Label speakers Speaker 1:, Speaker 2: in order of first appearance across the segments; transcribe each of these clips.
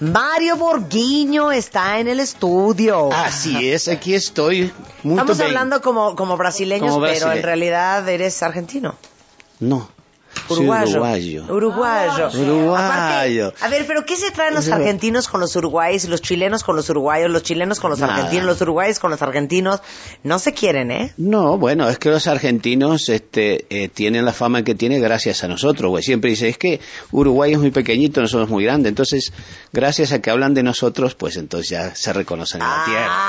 Speaker 1: Mario Borghiño está en el estudio.
Speaker 2: Así es, aquí estoy.
Speaker 1: Estamos hablando como brasileños, pero en realidad eres argentino.
Speaker 2: No.
Speaker 1: Uruguayo. Aparte, a ver, pero ¿qué se traen los argentinos con los uruguayos, los chilenos con los uruguayos, los chilenos con los argentinos, los uruguayos con los argentinos? No se quieren, ¿eh?
Speaker 2: No, bueno, es que los argentinos tienen la fama que tienen gracias a nosotros, güey. Siempre dice, es que Uruguay es muy pequeñito, nosotros muy grande. Entonces, gracias a que hablan de nosotros, pues entonces ya se reconocen en la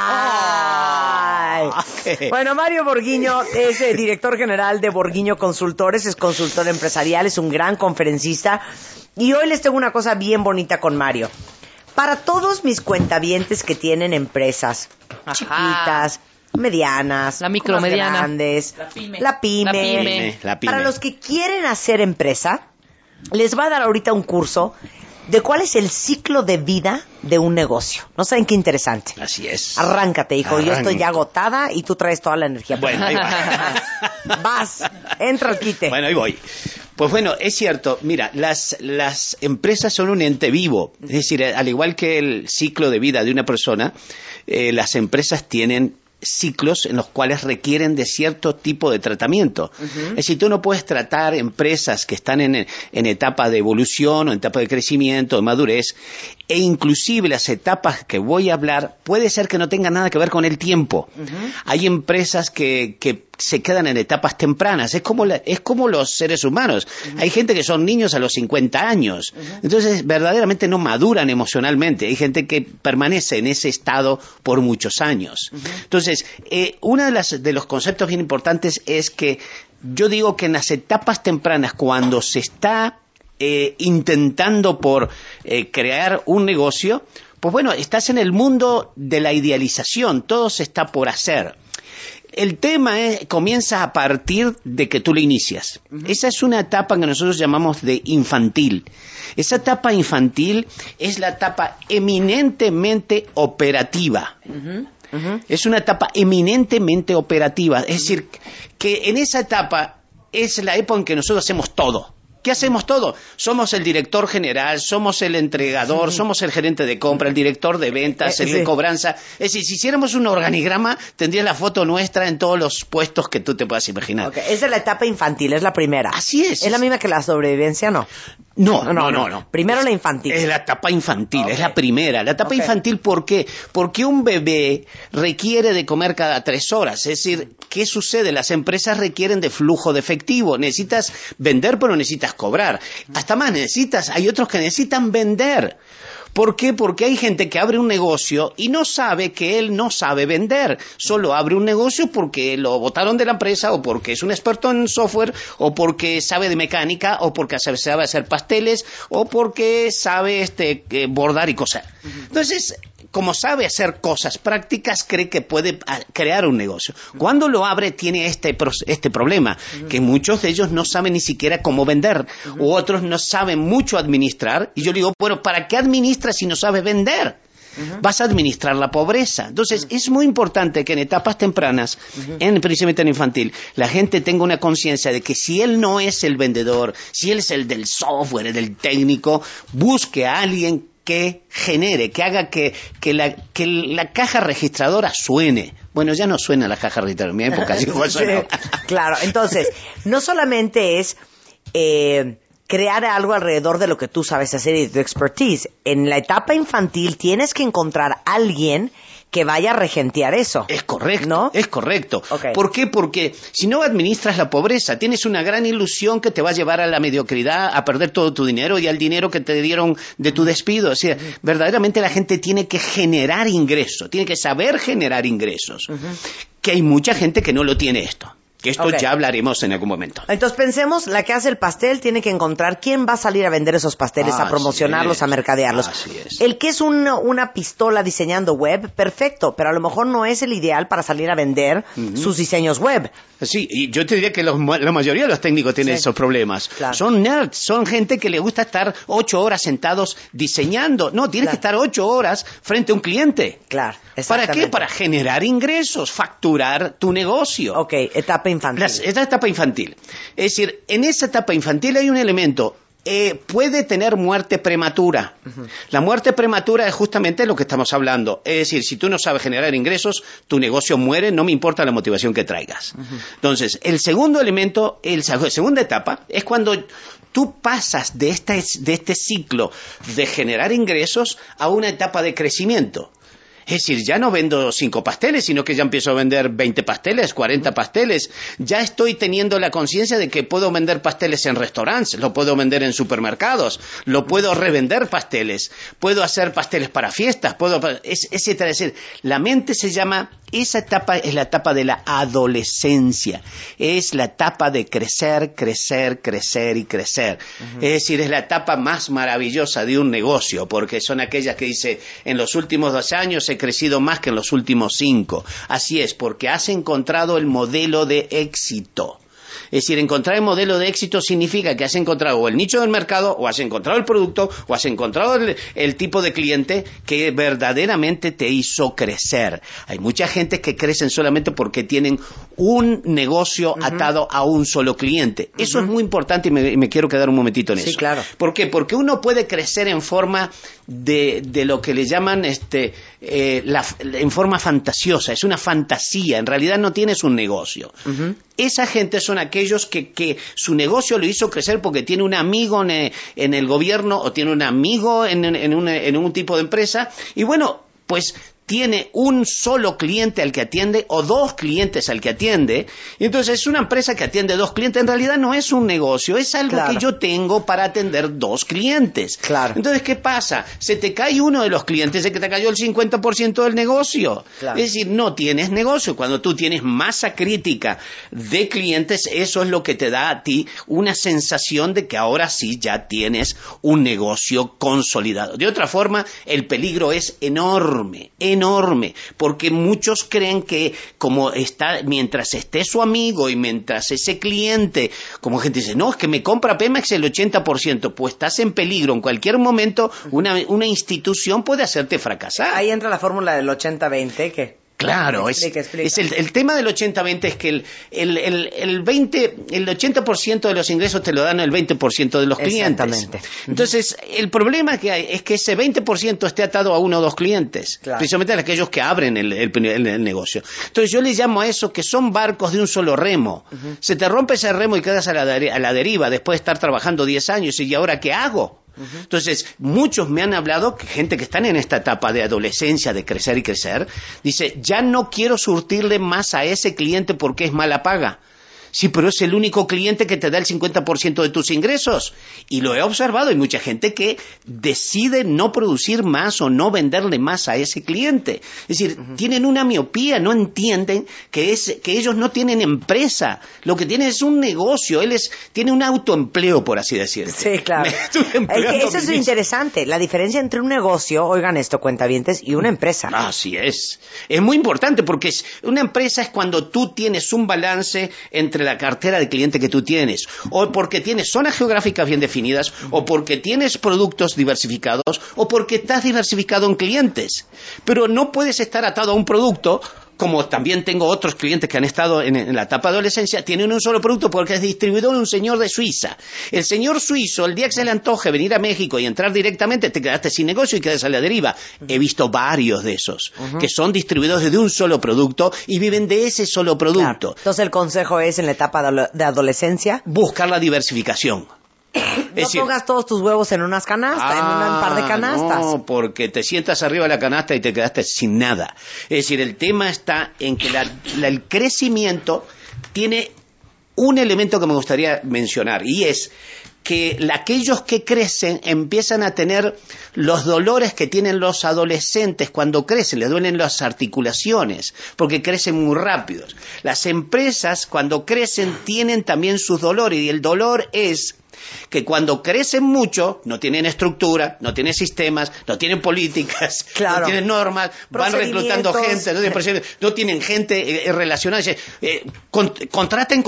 Speaker 2: tierra.
Speaker 1: Bueno, Mario Borghiño es director general de Borghiño Consultores, es consultor empresarial, es un gran conferencista y hoy les tengo una cosa bien bonita con Mario. Para todos mis cuentavientes que tienen empresas chiquitas, medianas,
Speaker 3: la micromediana,
Speaker 1: grandes, la pyme, para los que quieren hacer empresa, les va a dar ahorita un curso de cuál es el ciclo de vida de un negocio. ¿No saben qué interesante?
Speaker 2: Así es.
Speaker 1: Arráncate, hijo. Yo estoy ya agotada y tú traes toda la energía.
Speaker 2: Bueno, ahí va.
Speaker 1: Vas, entra al quite.
Speaker 2: Bueno, ahí voy. Pues bueno, es cierto. Mira, las empresas son un ente vivo. Es decir, al igual que el ciclo de vida de una persona, las empresas tienen ciclos en los cuales requieren de cierto tipo de tratamiento. Es decir, tú no puedes tratar empresas que están en etapa de evolución o en etapa de crecimiento, de madurez, e inclusive las etapas que voy a hablar puede ser que no tengan nada que ver con el tiempo. Hay empresas que se quedan en etapas tempranas. Es como los seres humanos. Hay gente que son niños a los 50 años. Entonces, verdaderamente no maduran emocionalmente. Hay gente que permanece en ese estado por muchos años. Entonces, uno de los conceptos bien importantes es que yo digo que en las etapas tempranas, cuando se está intentando por crear un negocio, pues bueno, estás en el mundo de la idealización. Todo se está por hacer. El tema comienza a partir de que tú lo inicias. Esa es una etapa que nosotros llamamos de infantil. Esa etapa infantil es la etapa eminentemente operativa. Es una etapa eminentemente operativa. Es decir, que en esa etapa es la época en que nosotros hacemos todo. ¿Qué hacemos todo? Somos el director general, somos el entregador, somos el gerente de compra, el director de ventas, el de cobranza. Es decir, si hiciéramos un organigrama, tendrías la foto nuestra en todos los puestos que tú te puedas imaginar.
Speaker 1: Okay. Esa es la etapa infantil, es la primera.
Speaker 2: Así es.
Speaker 1: ¿Es la misma que la sobrevivencia, no?
Speaker 2: No.
Speaker 1: Primero la infantil.
Speaker 2: Es la etapa infantil, es la primera. La etapa infantil, ¿por qué? Porque un bebé requiere de comer cada 3 horas. Es decir, ¿qué sucede? Las empresas requieren de flujo de efectivo. Necesitas vender, pero necesitas cobrar. Hasta más hay otros que necesitan vender. ¿Por qué? Porque hay gente que abre un negocio y no sabe que él no sabe vender. Solo abre un negocio porque lo botaron de la empresa o porque es un experto en software o porque sabe de mecánica o porque sabe hacer pasteles o porque sabe bordar y coser. Entonces, como sabe hacer cosas prácticas, cree que puede crear un negocio. Cuando lo abre, tiene este problema, que muchos de ellos no saben ni siquiera cómo vender, u otros no saben mucho administrar. Y yo le digo, bueno, ¿para qué administras si no sabes vender? Vas a administrar la pobreza. Entonces, es muy importante que en etapas tempranas, precisamente en infantil, la gente tenga una conciencia de que si él no es el vendedor, si él es el del software, el del técnico, busque a alguien que genere, que haga que la caja registradora suene. Bueno, ya no suena la caja registradora, en mi época sí como suena.
Speaker 1: Claro, entonces, no solamente es crear algo alrededor de lo que tú sabes hacer y de tu expertise. En la etapa infantil tienes que encontrar a alguien que vaya a regentear eso.
Speaker 2: Es correcto,
Speaker 1: ¿no?
Speaker 2: Es correcto.
Speaker 1: Okay.
Speaker 2: ¿Por qué? Porque si no administras la pobreza, tienes una gran ilusión que te va a llevar a la mediocridad, a perder todo tu dinero y al dinero que te dieron de tu despido. O sea, verdaderamente la gente tiene que generar ingresos, tiene que saber generar ingresos. Que hay mucha gente que no lo tiene esto. Que esto ya hablaremos en algún momento.
Speaker 1: Entonces pensemos, la que hace el pastel tiene que encontrar quién va a salir a vender esos pasteles, a promocionarlos, a mercadearlos.
Speaker 2: Así es.
Speaker 1: El que es una pistola diseñando web, perfecto, pero a lo mejor no es el ideal para salir a vender sus diseños web.
Speaker 2: Sí, y yo te diría que la mayoría de los técnicos tienen esos problemas.
Speaker 1: Claro.
Speaker 2: Son nerds, son gente que le gusta estar 8 horas sentados diseñando. No, tienes que estar 8 horas frente a un cliente.
Speaker 1: Claro,
Speaker 2: ¿Para qué? Para generar ingresos, facturar tu negocio.
Speaker 1: Ok, etapa infantil.
Speaker 2: Esta etapa infantil. Es decir, en esa etapa infantil hay un elemento puede tener muerte prematura. La muerte prematura es justamente lo que estamos hablando. Es decir, si tú no sabes generar ingresos, tu negocio muere, no me importa la motivación que traigas. Entonces, el segundo elemento, la segunda etapa, es cuando tú pasas de este ciclo de generar ingresos a una etapa de crecimiento. Es decir, ya no vendo 5 pasteles, sino que ya empiezo a vender 20 pasteles, 40 pasteles. Ya estoy teniendo la conciencia de que puedo vender pasteles en restaurantes, lo puedo vender en supermercados, lo puedo revender pasteles, puedo hacer pasteles para fiestas, etcétera. Es decir, la mente esa etapa es la etapa de la adolescencia. Es la etapa de crecer, crecer, crecer y crecer. Es decir, es la etapa más maravillosa de un negocio, porque son aquellas que dice, en los últimos 2 años he crecido más que en los últimos 5. Así es, porque has encontrado el modelo de éxito. Es decir, encontrar el modelo de éxito significa que has encontrado o el nicho del mercado, o has encontrado el producto, o has encontrado el tipo de cliente que verdaderamente te hizo crecer. Hay mucha gente que crecen solamente porque tienen un negocio atado a un solo cliente. Eso es muy importante y me quiero quedar un momentito en eso.
Speaker 1: Sí, claro.
Speaker 2: ¿Por qué? Porque uno puede crecer en forma de lo que le llaman en forma fantasiosa. Es una fantasía. En realidad no tienes un negocio. Esa gente son aquellos que su negocio lo hizo crecer porque tiene un amigo en el gobierno o tiene un amigo en un tipo de empresa y bueno, pues tiene un solo cliente al que atiende o 2 clientes al que atiende, y entonces es una empresa que atiende 2 clientes. En realidad no es un negocio, es algo que yo tengo para atender 2 clientes. Claro. Entonces, ¿qué pasa? Se te cae uno de los clientes, se te cayó el 50% del negocio. Claro. Es decir, no tienes negocio. Cuando tú tienes masa crítica de clientes, eso es lo que te da a ti una sensación de que ahora sí ya tienes un negocio consolidado. De otra forma, el peligro es enorme, porque muchos creen que mientras esté su amigo y mientras ese cliente, como gente dice, no, es que me compra Pemex el 80%, pues estás en peligro. En cualquier momento una institución puede hacerte fracasar.
Speaker 1: Ahí entra la fórmula del 80-20, ¿qué?
Speaker 2: Claro, explica. Es el tema del 80-20 es que el 80% de los ingresos te lo dan el 20% de los clientes. Exactamente. Entonces, el problema que hay es que ese 20% esté atado a 1 o 2 clientes, claro, precisamente a aquellos que abren el negocio. Entonces, yo le llamo a eso que son barcos de un solo remo. Se te rompe ese remo y quedas a la deriva después de estar trabajando 10 años y ¿ahora qué hago? Entonces, muchos me han hablado, gente que están en esta etapa de adolescencia, de crecer y crecer, dice, ya no quiero surtirle más a ese cliente porque es mala paga. Sí, pero es el único cliente que te da el 50% de tus ingresos. Y lo he observado, hay mucha gente que decide no producir más o no venderle más a ese cliente. Es decir, tienen una miopía, no entienden que ellos no tienen empresa. Lo que tienen es un negocio. Tiene un autoempleo, por así decirlo.
Speaker 1: Sí, claro. Eso es lo interesante. La diferencia entre un negocio, oigan esto, cuentavientes, y una empresa.
Speaker 2: Así es. Es muy importante porque una empresa es cuando tú tienes un balance entre la cartera de cliente que tú tienes, o porque tienes zonas geográficas bien definidas, o porque tienes productos diversificados, o porque estás diversificado en clientes. Pero no puedes estar atado a un producto, como también tengo otros clientes que han estado en la etapa de adolescencia, tienen un solo producto porque es distribuidor de un señor de Suiza. El señor suizo, el día que se le antoje venir a México y entrar directamente, te quedaste sin negocio y quedas a la deriva. He visto varios de esos, que son distribuidores de un solo producto y viven de ese solo producto.
Speaker 1: Claro. Entonces el consejo es, en la etapa de adolescencia,
Speaker 2: buscar la diversificación.
Speaker 1: No pongas todos tus huevos en unas canastas, en un par de canastas.
Speaker 2: No, porque te sientas arriba de la canasta y te quedaste sin nada. Es decir, el tema está en que el crecimiento tiene un elemento que me gustaría mencionar, y es que aquellos que crecen empiezan a tener los dolores que tienen los adolescentes cuando crecen, les duelen las articulaciones, porque crecen muy rápido. Las empresas, cuando crecen, tienen también sus dolores, y el dolor es que cuando crecen mucho, no tienen estructura, no tienen sistemas, no tienen políticas, claro, no tienen normas, van reclutando gente, no tienen gente relacionada. Contraten,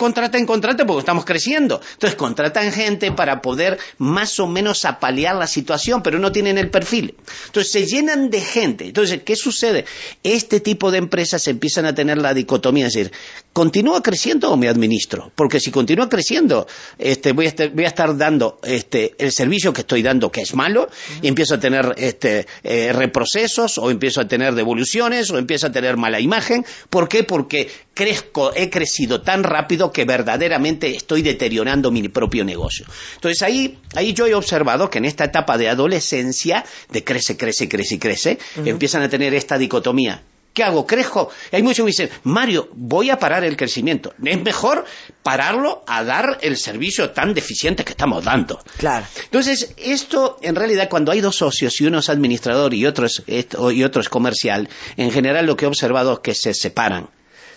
Speaker 2: porque estamos creciendo. Entonces contratan gente para poder más o menos apalear la situación, pero no tienen el perfil. Entonces se llenan de gente. Entonces, ¿qué sucede? Este tipo de empresas empiezan a tener la dicotomía, es decir, ¿continúa creciendo o me administro? Porque si continúa creciendo, voy a estar dando el servicio que estoy dando, que es malo, y empiezo a tener reprocesos, o empiezo a tener devoluciones, o empiezo a tener mala imagen. ¿Por qué? Porque he crecido tan rápido que verdaderamente estoy deteriorando mi propio negocio. Entonces ahí yo he observado que en esta etapa de adolescencia, de crece, empiezan a tener esta dicotomía. ¿Qué hago? ¿Crezco? Hay muchos que dicen, Mario, voy a parar el crecimiento. Es mejor pararlo a dar el servicio tan deficiente que estamos dando.
Speaker 1: Claro.
Speaker 2: Entonces, esto, en realidad, cuando hay dos socios, y uno es administrador y otro es comercial, en general lo que he observado es que se separan.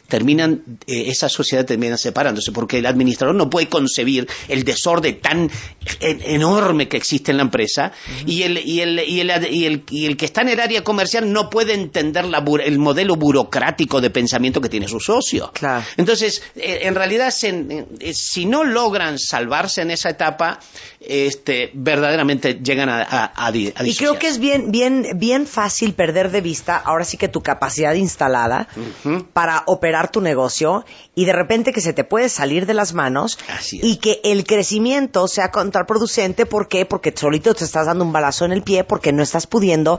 Speaker 2: Esa sociedad termina separándose, porque el administrador no puede concebir el desorden tan enorme que existe en la empresa, y el que está en el área comercial no puede entender el modelo burocrático de pensamiento que tiene su socio.
Speaker 1: Claro.
Speaker 2: Entonces, en realidad, si no logran salvarse en esa etapa, verdaderamente llegan a disociar.
Speaker 1: Y creo que es bien fácil perder de vista, ahora sí que tu capacidad instalada para operar tu negocio, y de repente que se te puede salir de las manos.
Speaker 2: Así es.
Speaker 1: Y que el crecimiento sea contraproducente. ¿Por qué? Porque solito te estás dando un balazo en el pie, porque no estás pudiendo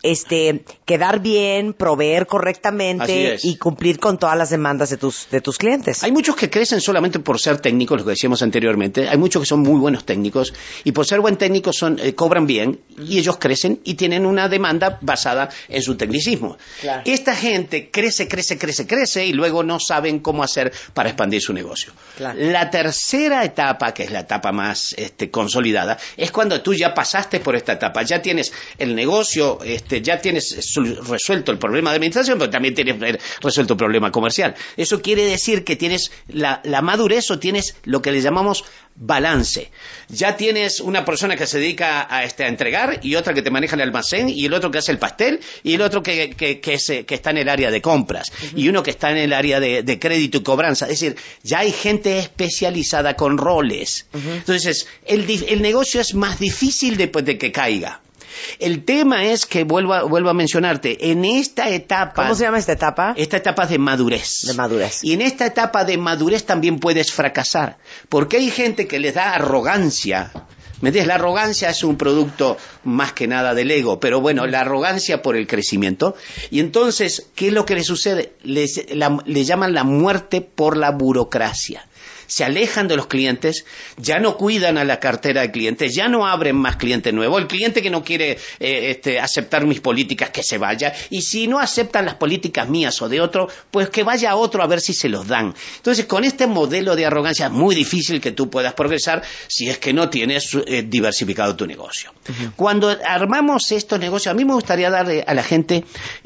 Speaker 1: quedar bien, proveer correctamente y cumplir con todas las demandas de tus clientes.
Speaker 2: Hay muchos que crecen solamente por ser técnicos, lo que decíamos anteriormente. Hay muchos que son muy buenos técnicos, y por ser buen técnicos cobran bien, y ellos crecen y tienen una demanda basada en su tecnicismo.
Speaker 1: Claro.
Speaker 2: Esta gente crece y luego no saben cómo hacer para expandir su negocio.
Speaker 1: Claro.
Speaker 2: La tercera etapa, que es la etapa más consolidada, es cuando tú ya pasaste por esta etapa, ya tienes el negocio, ya tienes resuelto el problema de administración, pero también tienes resuelto el problema comercial. Eso quiere decir que tienes la madurez, o tienes lo que le llamamos balance. Ya tienes una persona que se dedica a entregar, y otra que te maneja el almacén, y el otro que hace el pastel, y el otro que está en el área de compras, y uno que está en el área de crédito y cobranza. Es decir, ya hay gente especializada con roles. Entonces, el negocio es más difícil de que caiga. El tema es que, vuelvo a mencionarte, en esta etapa...
Speaker 1: ¿Cómo se llama esta etapa?
Speaker 2: Esta etapa es de madurez.
Speaker 1: De madurez.
Speaker 2: Y en esta etapa de madurez también puedes fracasar, porque hay gente que les da arrogancia. ¿Me entiendes? La arrogancia es un producto más que nada del ego, pero bueno, la arrogancia por el crecimiento. Y entonces, ¿qué es lo que les sucede? Le llaman la muerte por la burocracia. Se alejan de los clientes, ya no cuidan a la cartera de clientes, ya no abren más clientes nuevos. El cliente que no quiere aceptar mis políticas, que se vaya. Y si no aceptan las políticas mías o de otro, pues que vaya a otro a ver si se los dan. Entonces, con este modelo de arrogancia es muy difícil que tú puedas progresar si es que no tienes diversificado tu negocio. Cuando armamos estos negocios, a mí me gustaría darle a la gente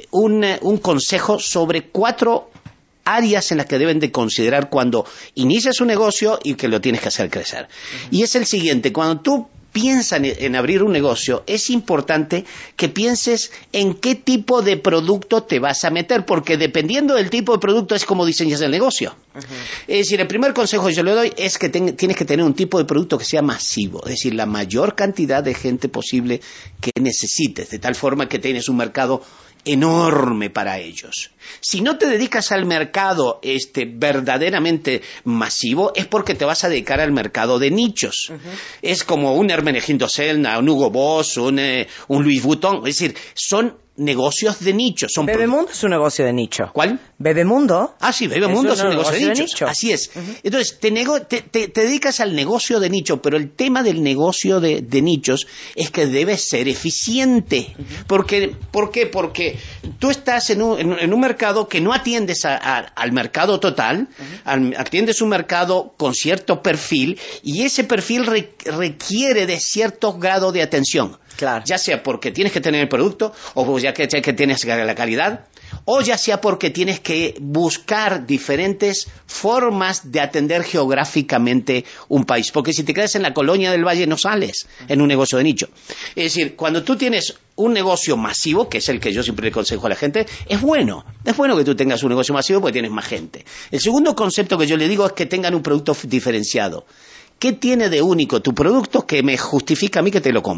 Speaker 2: un consejo sobre 4 áreas en las que deben de considerar cuando inicias un negocio y que lo tienes que hacer crecer. Y es el siguiente: cuando tú piensas en abrir un negocio, es importante que pienses en qué tipo de producto te vas a meter, porque dependiendo del tipo de producto es como diseñas el negocio. Es decir, el primer consejo que yo le doy es que tienes que tener un tipo de producto que sea masivo, es decir, la mayor cantidad de gente posible que necesites, de tal forma que tienes un mercado enorme para ellos. Si no te dedicas al mercado verdaderamente masivo, es porque te vas a dedicar al mercado de nichos. Es como un Hermenegildo Selna, un Hugo Boss, un Louis Vuitton. Es decir, son negocios de nicho.
Speaker 1: Bebemundo es un negocio de nicho.
Speaker 2: ¿Cuál?
Speaker 1: Bebemundo.
Speaker 2: Ah, sí, Bebemundo es un negocio de nicho. Así es. Entonces, te dedicas al negocio de nicho, pero el tema del negocio de nichos es que debes ser eficiente. ¿Por qué? Porque tú estás en un mercado que no atiendes al mercado total, atiendes un mercado con cierto perfil, y ese perfil requiere de cierto grado de atención.
Speaker 1: Claro.
Speaker 2: Ya sea porque tienes que tener el producto, o ya que tienes la calidad, o ya sea porque tienes que buscar diferentes formas de atender geográficamente un país. Porque si te quedas en la colonia del Valle no sales en un negocio de nicho. Es decir, cuando tú tienes un negocio masivo, que es el que yo siempre le aconsejo a la gente, es bueno que tú tengas un negocio masivo porque tienes más gente. El segundo concepto que yo le digo es que tengan un producto diferenciado. ¿Qué tiene de único tu producto que me justifica a mí que te lo compre?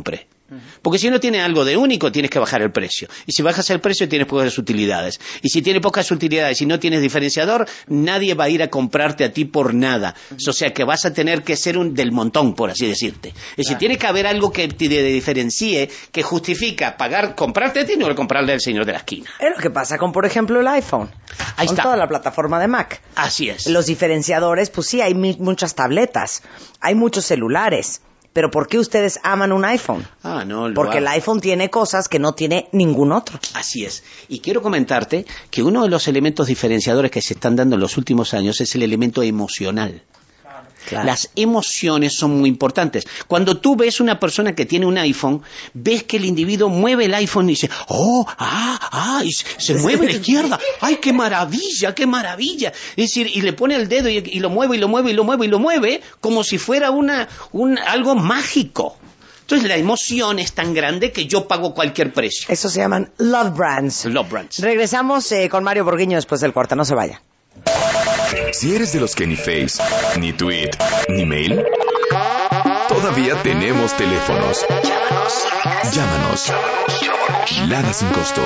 Speaker 2: Porque si no tiene algo de único, tienes que bajar el precio. Y si bajas el precio, tienes pocas utilidades. Y si tiene pocas utilidades y no tienes diferenciador, nadie va a ir a comprarte a ti por nada. O sea que vas a tener que ser un del montón, por así decirte. Es decir, tiene que haber algo que te diferencie, que justifica comprarte a ti y no comprarle al señor de la esquina.
Speaker 1: Es lo que pasa con, por ejemplo, el iPhone.
Speaker 2: Ahí
Speaker 1: con
Speaker 2: está.
Speaker 1: toda la plataforma de Mac.
Speaker 2: Así es.
Speaker 1: Los diferenciadores, pues sí, hay muchas tabletas, hay muchos celulares. Pero ¿por qué ustedes aman un iPhone? Porque el iPhone tiene cosas que no tiene ningún otro.
Speaker 2: Así es. Y quiero comentarte que uno de los elementos diferenciadores que se están dando en los últimos años es el elemento emocional. Claro. Las emociones son muy importantes. Cuando tú ves una persona que tiene un iPhone, ves que el individuo mueve el iPhone y dice, y se mueve a la izquierda, ¡ay, qué maravilla, qué maravilla! Es decir, y le pone el dedo y lo mueve, y lo mueve, y lo mueve, y lo mueve, como si fuera algo mágico. Entonces la emoción es tan grande que yo pago cualquier precio.
Speaker 1: Eso se llaman Love Brands.
Speaker 2: Love Brands.
Speaker 1: Regresamos con Mario Borguiño después del corte, no se vaya.
Speaker 3: Si eres de los que ni Face, ni Tweet, ni Mail, todavía tenemos teléfonos. Llámanos. Lada sin costo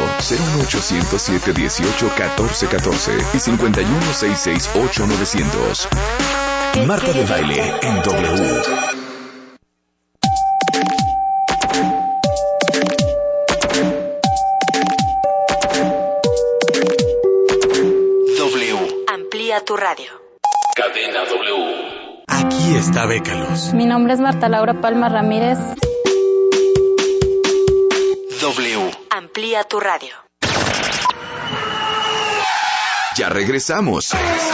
Speaker 3: 01807-18-1414 y 5166-8900. Marta de Baile en W.
Speaker 1: Amplía tu radio.
Speaker 3: Cadena W. Aquí está Bécalos.
Speaker 4: Mi nombre es Marta Laura Palma Ramírez.
Speaker 3: W.
Speaker 1: Amplía tu radio.
Speaker 3: Ya regresamos.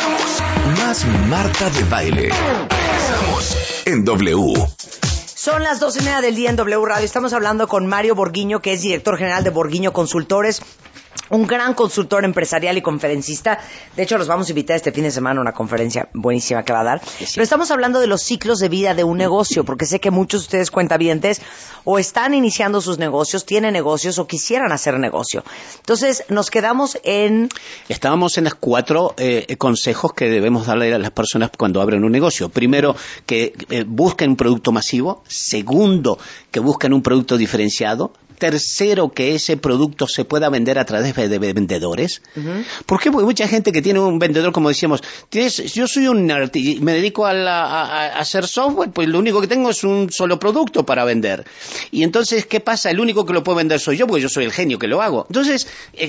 Speaker 3: Más Marta de Baile. Regresamos en W.
Speaker 1: Son las 12:30 del día en W Radio. Estamos hablando con Mario Borguiño, que es director general de Borguiño Consultores, un gran consultor empresarial y conferencista. De hecho, los vamos a invitar este fin de semana a una conferencia buenísima que va a dar. Sí. Pero estamos hablando de los ciclos de vida de un negocio, porque sé que muchos de ustedes cuentavientes o están iniciando sus negocios, tienen negocios o quisieran hacer negocio. Entonces, nos quedamos en...
Speaker 2: Estábamos en los 4 consejos que debemos darle a las personas cuando abren un negocio. Primero, que busquen un producto masivo. Segundo, que busquen un producto diferenciado. Tercero, que ese producto se pueda vender a través de vendedores. Uh-huh. ¿Por qué? Porque mucha gente que tiene un vendedor, como decíamos, yo soy un nerd y me dedico a hacer software, pues lo único que tengo es un solo producto para vender. Y entonces, ¿qué pasa? El único que lo puede vender soy yo, porque yo soy el genio que lo hago. Entonces,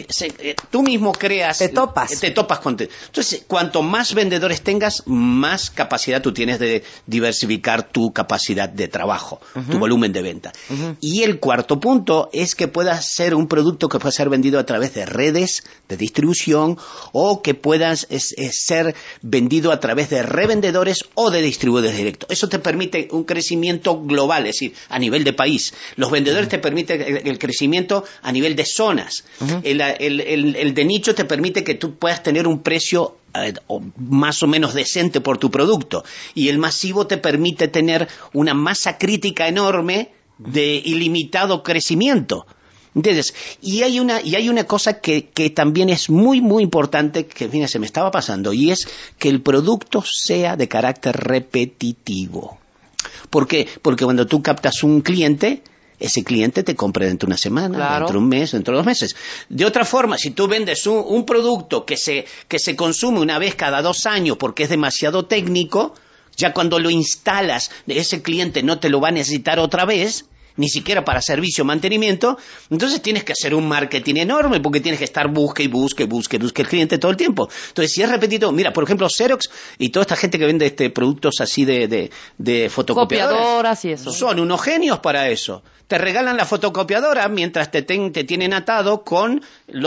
Speaker 2: tú mismo creas...
Speaker 1: Te topas
Speaker 2: con... Entonces, cuanto más vendedores tengas, más capacidad tú tienes de diversificar tu capacidad de trabajo, uh-huh, tu volumen de venta. Uh-huh. Y el cuarto punto es que pueda ser un producto que pueda ser vendido a través de redes de distribución o que pueda ser vendido a través de revendedores o de distribuidores directos. Eso te permite un crecimiento global, es decir, a nivel de país. Los vendedores te permiten el crecimiento a nivel de zonas. Uh-huh. El de nicho te permite que tú puedas tener un precio más o menos decente por tu producto. Y el masivo te permite tener una masa crítica enorme de ilimitado crecimiento. ¿Entiendes? Y hay una cosa que también es muy, muy importante, que mira, se me estaba pasando, y es que el producto sea de carácter repetitivo. ¿Por qué? Porque cuando tú captas un cliente, ese cliente te compra dentro de una semana, claro, dentro de un mes, dentro de 2 meses. De otra forma, si tú vendes un producto que se consume una vez cada 2 años porque es demasiado técnico, ya cuando lo instalas, ese cliente no te lo va a necesitar otra vez, ni siquiera para servicio o mantenimiento. Entonces tienes que hacer un marketing enorme porque tienes que estar busque el cliente todo el tiempo. Entonces, si es repetido, mira, por ejemplo, Xerox y toda esta gente que vende productos así de fotocopiadoras
Speaker 5: y eso,
Speaker 2: son unos genios para eso. Te regalan la fotocopiadora mientras te tienen atado con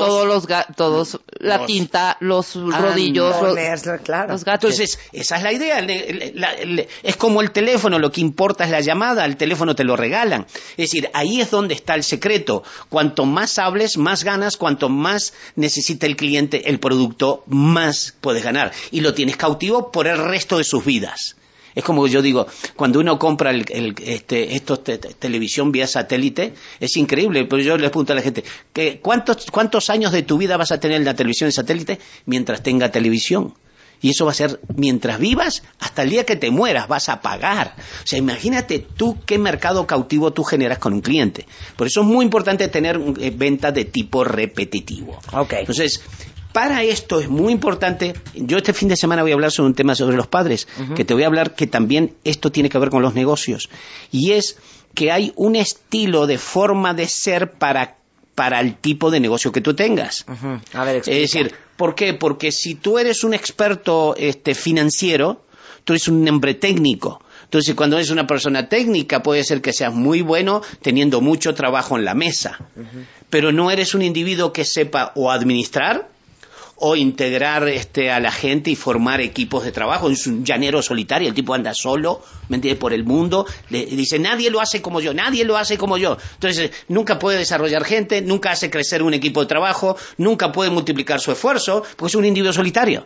Speaker 5: la tinta, los rodillos,
Speaker 1: claro,
Speaker 5: los gadgets.
Speaker 2: Entonces, esa es la idea. Es como el teléfono, lo que importa es la llamada, el teléfono te lo regalan. Es decir, ahí es donde está el secreto. Cuanto más hables, más ganas. Cuanto más necesita el cliente el producto, más puedes ganar. Y lo tienes cautivo por el resto de sus vidas. Es como yo digo, cuando uno compra televisión vía satélite, es increíble, pero yo les pregunto a la gente, ¿cuántos años de tu vida vas a tener en la televisión de satélite mientras tenga televisión? Y eso va a ser mientras vivas, hasta el día que te mueras, vas a pagar. O sea, imagínate tú qué mercado cautivo tú generas con un cliente. Por eso es muy importante tener ventas de tipo repetitivo.
Speaker 1: Okay.
Speaker 2: Entonces, para esto es muy importante. Yo este fin de semana voy a hablar sobre un tema sobre los padres, que te voy a hablar que también esto tiene que ver con los negocios. Y es que hay un estilo de forma de ser para el tipo de negocio que tú tengas.
Speaker 1: A ver, explica.
Speaker 2: Es decir, ¿por qué? Porque si tú eres un experto financiero, tú eres un hombre técnico. Entonces, cuando eres una persona técnica, puede ser que seas muy bueno teniendo mucho trabajo en la mesa. Pero no eres un individuo que sepa o administrar o integrar a la gente y formar equipos de trabajo. Es un llanero solitario, el tipo anda solo, ¿me entiendes?, por el mundo. Le dice, nadie lo hace como yo, nadie lo hace como yo. Entonces, nunca puede desarrollar gente, nunca hace crecer un equipo de trabajo, nunca puede multiplicar su esfuerzo, porque es un individuo solitario.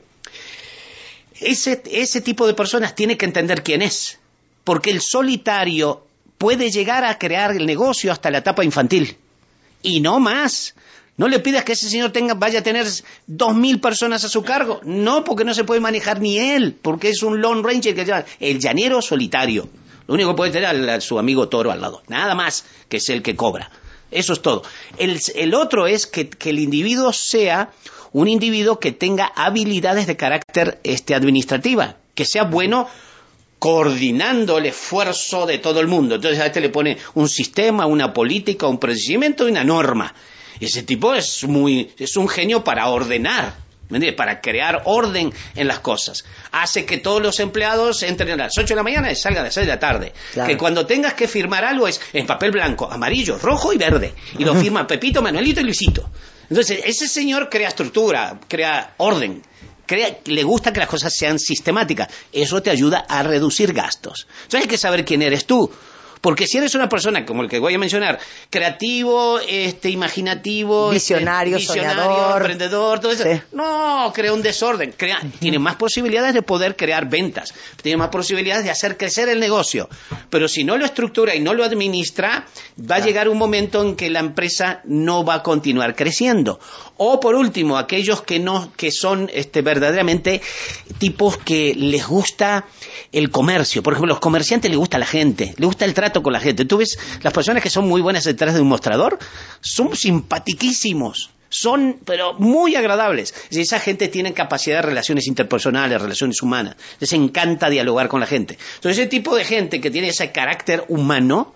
Speaker 2: Ese tipo de personas tiene que entender quién es, porque el solitario puede llegar a crear el negocio hasta la etapa infantil, y no más. No le pidas que ese señor vaya a tener 2.000 personas a su cargo. No, porque no se puede manejar ni él, porque es un Lone Ranger que llama el llanero solitario. Lo único que puede tener a su amigo toro al lado, nada más, que es el que cobra. Eso es todo. El otro es que el individuo sea un individuo que tenga habilidades de carácter administrativa, que sea bueno coordinando el esfuerzo de todo el mundo. Entonces a este le pone un sistema, una política, un procedimiento y una norma. Ese tipo es un genio para ordenar, ¿me entiendes?, para crear orden en las cosas. Hace que todos los empleados entren a las 8 de la mañana y salgan a las 6 de la tarde. Claro. Que cuando tengas que firmar algo es en papel blanco, amarillo, rojo y verde. Y lo firman Pepito, Manuelito y Luisito. Entonces, ese señor crea estructura, crea orden. Le gusta que las cosas sean sistemáticas. Eso te ayuda a reducir gastos. Entonces hay que saber quién eres tú. Porque si eres una persona, como el que voy a mencionar, creativo, imaginativo,
Speaker 1: visionario, soñador,
Speaker 2: emprendedor, todo eso, sí, no, crea un desorden. Tiene más posibilidades de poder crear ventas, tiene más posibilidades de hacer crecer el negocio. Pero si no lo estructura y no lo administra, va a llegar un momento en que la empresa no va a continuar creciendo. O por último, aquellos que son verdaderamente tipos que les gusta el comercio. Por ejemplo, los comerciantes les gusta la gente, les gusta el trato con la gente. Tú ves, las personas que son muy buenas detrás de un mostrador son simpatiquísimos, pero muy agradables. Esa gente tiene capacidad de relaciones interpersonales, relaciones humanas. Les encanta dialogar con la gente. Entonces, ese tipo de gente que tiene ese carácter humano,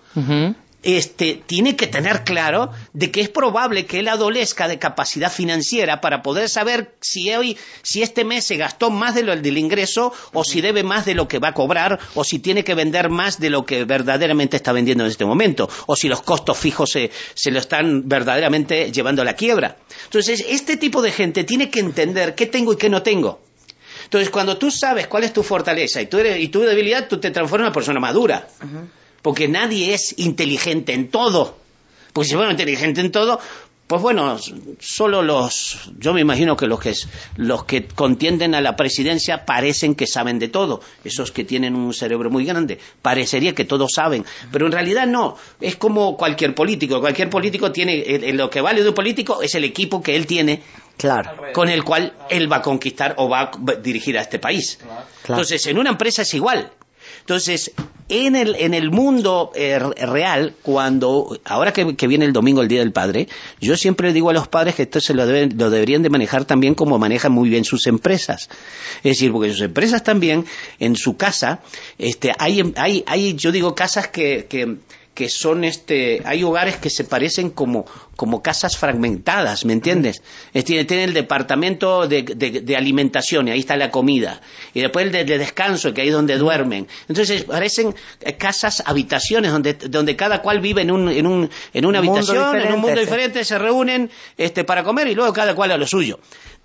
Speaker 2: tiene que tener claro de que es probable que él adolezca de capacidad financiera para poder saber si este mes se gastó más del ingreso, o si debe más de lo que va a cobrar, o si tiene que vender más de lo que verdaderamente está vendiendo en este momento, o si los costos fijos se lo están verdaderamente llevando a la quiebra. Entonces, este tipo de gente tiene que entender qué tengo y qué no tengo. Entonces, cuando tú sabes cuál es tu fortaleza y tu debilidad, tú te transformas en una persona madura. Porque nadie es inteligente en todo. Porque si fuera inteligente en todo, pues bueno, solo yo me imagino que los que contienden a la presidencia parecen que saben de todo. Esos que tienen un cerebro muy grande, parecería que todos saben. Pero en realidad no. Es como cualquier político. Cualquier político tiene, lo que vale de un político es el equipo que él tiene, claro, con el cual él va a conquistar o va a dirigir a este país. Claro. Entonces, en una empresa es igual. Entonces, en el mundo real, ahora que viene el domingo, el Día del Padre, yo siempre digo a los padres que esto lo deberían de manejar también como manejan muy bien sus empresas. Es decir, porque sus empresas también, en su casa, hay yo digo, casas que son hay hogares que se parecen como casas fragmentadas, ¿me entiendes? Tiene el departamento de alimentación, y ahí está la comida, y después el de descanso, que ahí es donde duermen. Entonces parecen casas, habitaciones donde cada cual vive en una habitación, en un mundo diferente, se reúnen para comer y luego cada cual a lo suyo.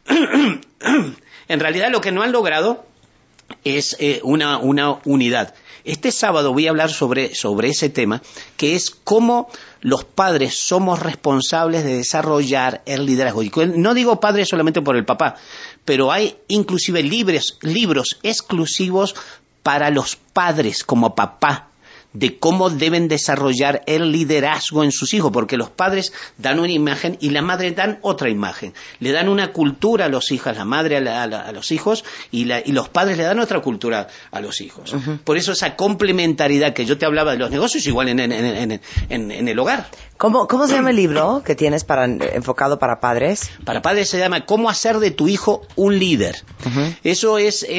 Speaker 2: En realidad lo que no han logrado es una unidad. Este sábado voy a hablar sobre ese tema, que es cómo los padres somos responsables de desarrollar el liderazgo. Y no digo padres solamente por el papá, pero hay inclusive libros exclusivos para los padres como papá, de cómo deben desarrollar el liderazgo en sus hijos, porque los padres dan una imagen y la madre dan otra imagen. Le dan una cultura a los hijos, la madre a los hijos, y los padres le dan otra cultura a los hijos. Por eso esa complementariedad que yo te hablaba de los negocios, igual en el hogar.
Speaker 1: ¿Cómo se llama el libro que tienes enfocado para padres?
Speaker 2: Para padres se llama ¿Cómo hacer de tu hijo un líder? Eso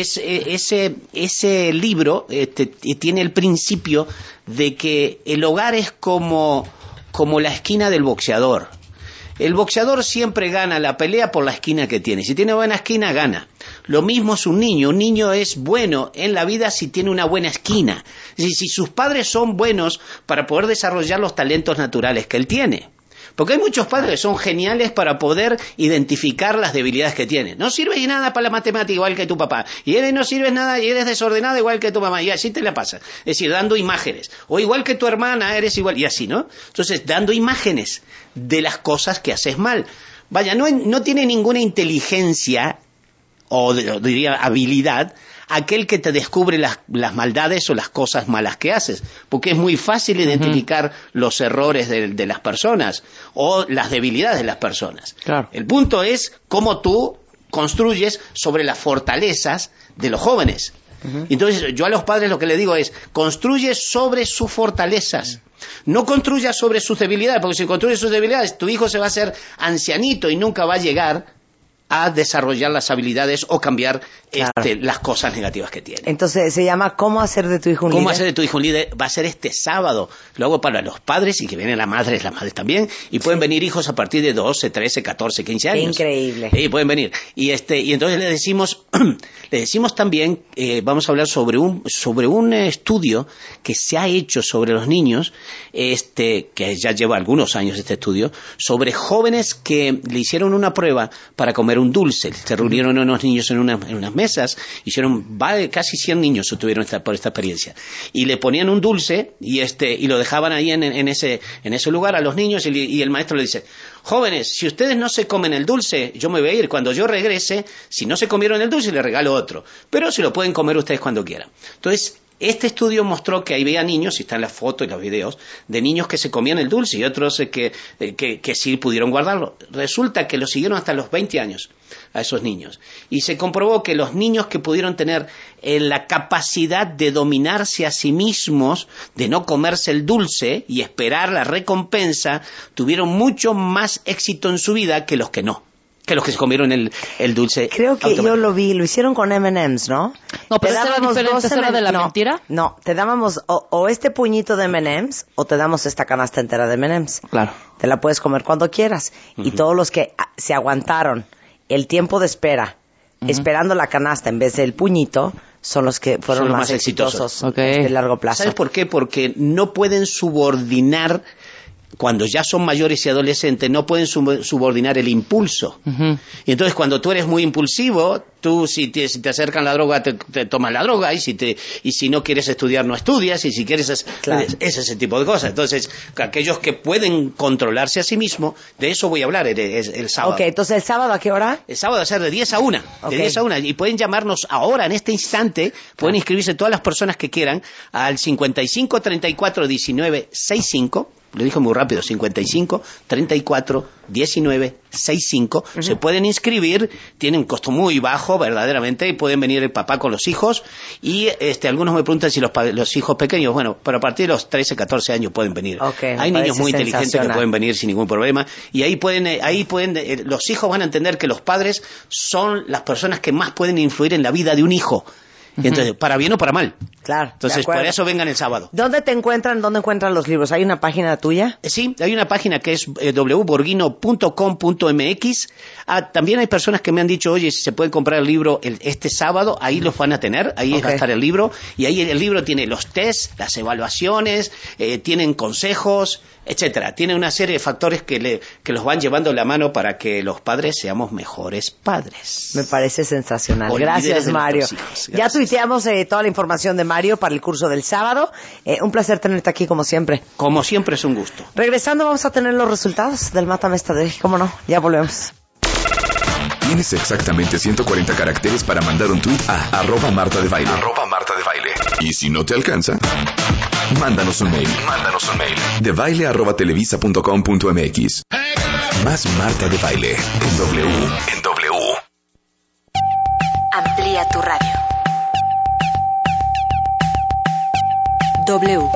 Speaker 2: ese libro tiene el principio de que el hogar es como la esquina del boxeador. El boxeador siempre gana la pelea por la esquina que tiene. Si tiene buena esquina, gana. Lo mismo es un niño. Un niño es bueno en la vida si tiene una buena esquina. Si sus padres son buenos para poder desarrollar los talentos naturales que él tiene. Porque hay muchos padres que son geniales para poder identificar las debilidades que tienen. No sirves de nada para la matemática igual que tu papá. Y eres no sirves nada y eres desordenado igual que tu mamá. Y así te la pasa. Es decir, dando imágenes. O igual que tu hermana, eres igual. Y así, ¿no? Entonces, dando imágenes de las cosas que haces mal. Vaya, no tiene ninguna inteligencia o diría habilidad aquel que te descubre las maldades o las cosas malas que haces, porque es muy fácil identificar los errores de las personas o las debilidades de las personas.
Speaker 5: Claro.
Speaker 2: El punto es cómo tú construyes sobre las fortalezas de los jóvenes. Entonces yo a los padres lo que les digo es construye sobre sus fortalezas, no construya sobre sus debilidades, porque si construyes sus debilidades tu hijo se va a hacer ancianito y nunca va a llegar a desarrollar las habilidades o cambiar las cosas negativas que tiene.
Speaker 1: Entonces se llama ¿Cómo hacer de tu hijo un líder?
Speaker 2: ¿Cómo hacer de tu hijo un líder? Va a ser este sábado. Lo hago para los padres y que vienen las madres también. Y pueden venir hijos a partir de 12, 13, 14, 15 años.
Speaker 1: Increíble.
Speaker 2: Sí, pueden venir. Y entonces le decimos también, vamos a hablar sobre un estudio que se ha hecho sobre los niños, que ya lleva algunos años este estudio, sobre jóvenes que le hicieron una prueba para comer un dulce. Se reunieron unos niños en unas mesas, casi 100 niños tuvieron por esta experiencia. Y le ponían un dulce y lo dejaban ahí en ese lugar a los niños y el maestro le dice, jóvenes, si ustedes no se comen el dulce, yo me voy a ir. Cuando yo regrese, si no se comieron el dulce, les regalo otro. Pero se lo pueden comer ustedes cuando quieran. Entonces, este estudio mostró que había niños, y están las fotos y los videos, de niños que se comían el dulce y otros que sí pudieron guardarlo. Resulta que lo siguieron hasta los 20 años a esos niños. Y se comprobó que los niños que pudieron tener la capacidad de dominarse a sí mismos, de no comerse el dulce y esperar la recompensa, tuvieron mucho más éxito en su vida que los que no. Que los que se comieron el dulce.
Speaker 1: Creo que yo lo vi, lo hicieron con M&M's, ¿no?
Speaker 5: No, pero esa era diferente, ¿esa era de la mentira?
Speaker 1: No, te dábamos o este puñito de M&M's o te damos esta canasta entera de M&M's.
Speaker 5: Claro.
Speaker 1: Te la puedes comer cuando quieras. Y todos los que se aguantaron el tiempo de espera, esperando la canasta en vez del puñito, son los que fueron más exitosos de largo plazo.
Speaker 2: ¿Sabes por qué? Porque no pueden subordinar. Cuando ya son mayores y adolescentes, no pueden subordinar el impulso. Y entonces, cuando tú eres muy impulsivo, tú si te acercan la droga, te tomas la droga, y si no quieres estudiar, no estudias, y si quieres es ese tipo de cosas. Entonces, aquellos que pueden controlarse a sí mismos, de eso voy a hablar el sábado.
Speaker 1: Ok, entonces, ¿el sábado a qué hora?
Speaker 2: El sábado va a ser de 10 a 1. De 10 a 1. Y pueden llamarnos ahora, en este instante, pueden inscribirse todas las personas que quieran al 55 34 19 65. Lo dijo muy rápido, 55 34 19 65. Se pueden inscribir, tienen un costo muy bajo, verdaderamente, y pueden venir el papá con los hijos. Y algunos me preguntan si los hijos pequeños, bueno, pero a partir de los 13, 14 años pueden venir. Hay niños muy inteligentes que pueden venir sin ningún problema. Y ahí pueden, los hijos van a entender que los padres son las personas que más pueden influir en la vida de un hijo. Y entonces, para bien o para mal.
Speaker 1: Claro.
Speaker 2: Entonces, por eso vengan el sábado.
Speaker 1: ¿Dónde te encuentran? ¿Dónde encuentran los libros? ¿Hay una página tuya?
Speaker 2: Sí, hay una página que es wborguino.com.mx. También hay personas que me han dicho, oye, si se puede comprar el libro este sábado, ahí los van a tener, ahí va a estar el libro. Y ahí el libro tiene los tests, las evaluaciones, tienen consejos, etcétera. Tiene una serie de factores que los van llevando de la mano para que los padres seamos mejores padres.
Speaker 1: Me parece sensacional. Gracias, Mario. Ya tuiteamos toda la información de Mario para el curso del sábado. Un placer tenerte aquí, como siempre.
Speaker 2: Como siempre, es un gusto.
Speaker 1: Regresando, vamos a tener los resultados del Mátame esta de hoy. ¿Cómo no? Ya volvemos.
Speaker 3: Tienes exactamente 140 caracteres para mandar un tuit a @Marta de Baile. Y si no te alcanza, Mándanos un mail. debaile@televisa.com.mx. Más Marta de Baile en W.
Speaker 6: Amplía tu radio. W.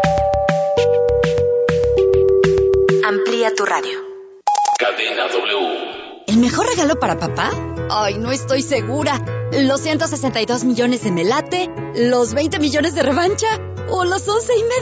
Speaker 6: Amplía tu radio.
Speaker 3: Cadena W.
Speaker 7: ¿El mejor regalo para papá? Ay, no estoy segura. ¿Los 162 millones de Melate? ¿Los 20 millones de Revancha? ¿O los 11.5?